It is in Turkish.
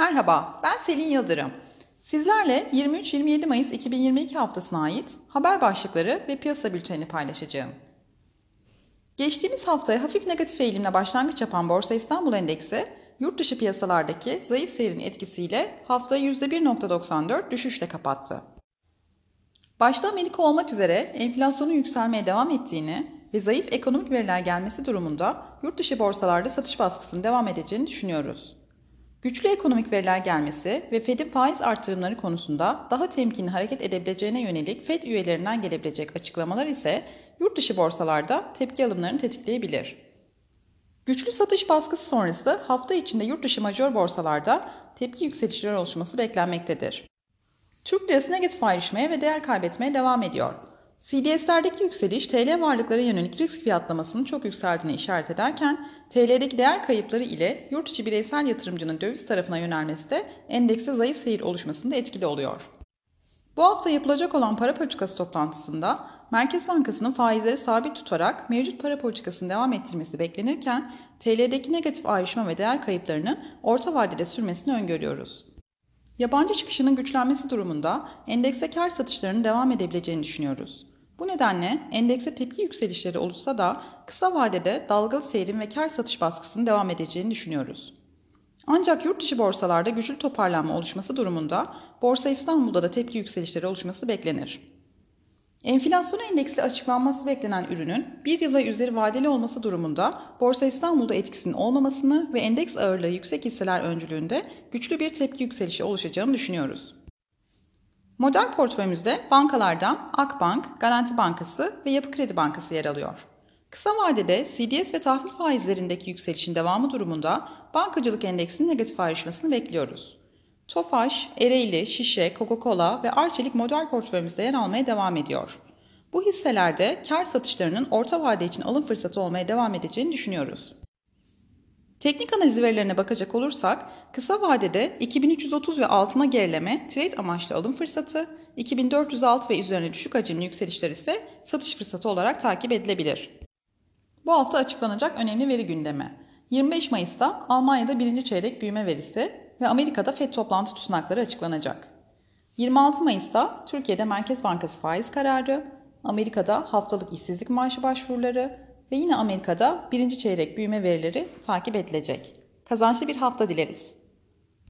Merhaba, ben Selin Yıldırım. Sizlerle 23-27 Mayıs 2022 haftasına ait haber başlıkları ve piyasa bültenini paylaşacağım. Geçtiğimiz haftaya hafif negatif eğilimle başlangıç yapan Borsa İstanbul Endeksi, yurt dışı piyasalardaki zayıf seyrin etkisiyle haftayı %1,94 düşüşle kapattı. Başta Amerika olmak üzere enflasyonun yükselmeye devam ettiğini ve zayıf ekonomik veriler gelmesi durumunda yurt dışı borsalarda satış baskısının devam edeceğini düşünüyoruz. Güçlü ekonomik veriler gelmesi ve Fed'in faiz artırımları konusunda daha temkinli hareket edebileceğine yönelik Fed üyelerinden gelebilecek açıklamalar ise yurt dışı borsalarda tepki alımlarını tetikleyebilir. Güçlü satış baskısı sonrası hafta içinde yurt dışı major borsalarda tepki yükselişleri oluşması beklenmektedir. Türk lirası negatif ayrışmaya ve değer kaybetmeye devam ediyor. CDS'lerdeki yükseliş TL varlıklara yönelik risk fiyatlamasının çok yükseldiğine işaret ederken TL'deki değer kayıpları ile yurt içi bireysel yatırımcının döviz tarafına yönelmesi de endekste zayıf seyir oluşmasında etkili oluyor. Bu hafta yapılacak olan para politikası toplantısında Merkez Bankası'nın faizleri sabit tutarak mevcut para politikasını devam ettirmesi beklenirken TL'deki negatif ayrışma ve değer kayıplarının orta vadede sürmesini öngörüyoruz. Yabancı çıkışının güçlenmesi durumunda endekste kar satışlarının devam edebileceğini düşünüyoruz. Bu nedenle endekse tepki yükselişleri olursa da kısa vadede dalgalı seyrin ve kar satış baskısının devam edeceğini düşünüyoruz. Ancak yurt dışı borsalarda güçlü toparlanma oluşması durumunda Borsa İstanbul'da da tepki yükselişleri oluşması beklenir. Enflasyon endeksli açıklanması beklenen ürünün bir yıl ve üzeri vadeli olması durumunda Borsa İstanbul'da etkisinin olmamasını ve endeks ağırlığı yüksek hisseler öncülüğünde güçlü bir tepki yükselişi oluşacağını düşünüyoruz. Model portföyümüzde bankalardan Akbank, Garanti Bankası ve Yapı Kredi Bankası yer alıyor. Kısa vadede CDS ve tahvil faizlerindeki yükselişin devamı durumunda bankacılık endeksinin negatif ayrışmasını bekliyoruz. Tofaş, Ereğli, Şişe, Coca-Cola ve Arçelik model portföyümüzde yer almaya devam ediyor. Bu hisselerde kar satışlarının orta vade için alım fırsatı olmaya devam edeceğini düşünüyoruz. Teknik analiz verilerine bakacak olursak, kısa vadede 2330 ve altına gerileme trade amaçlı alım fırsatı, 2406 ve üzerine düşük hacimli yükselişler ise satış fırsatı olarak takip edilebilir. Bu hafta açıklanacak önemli veri gündemi. 25 Mayıs'ta Almanya'da birinci çeyrek büyüme verisi ve Amerika'da Fed toplantı tutanakları açıklanacak. 26 Mayıs'ta Türkiye'de Merkez Bankası faiz kararı, Amerika'da haftalık işsizlik maaşı başvuruları ve yine Amerika'da birinci çeyrek büyüme verileri takip edilecek. Kazançlı bir hafta dileriz.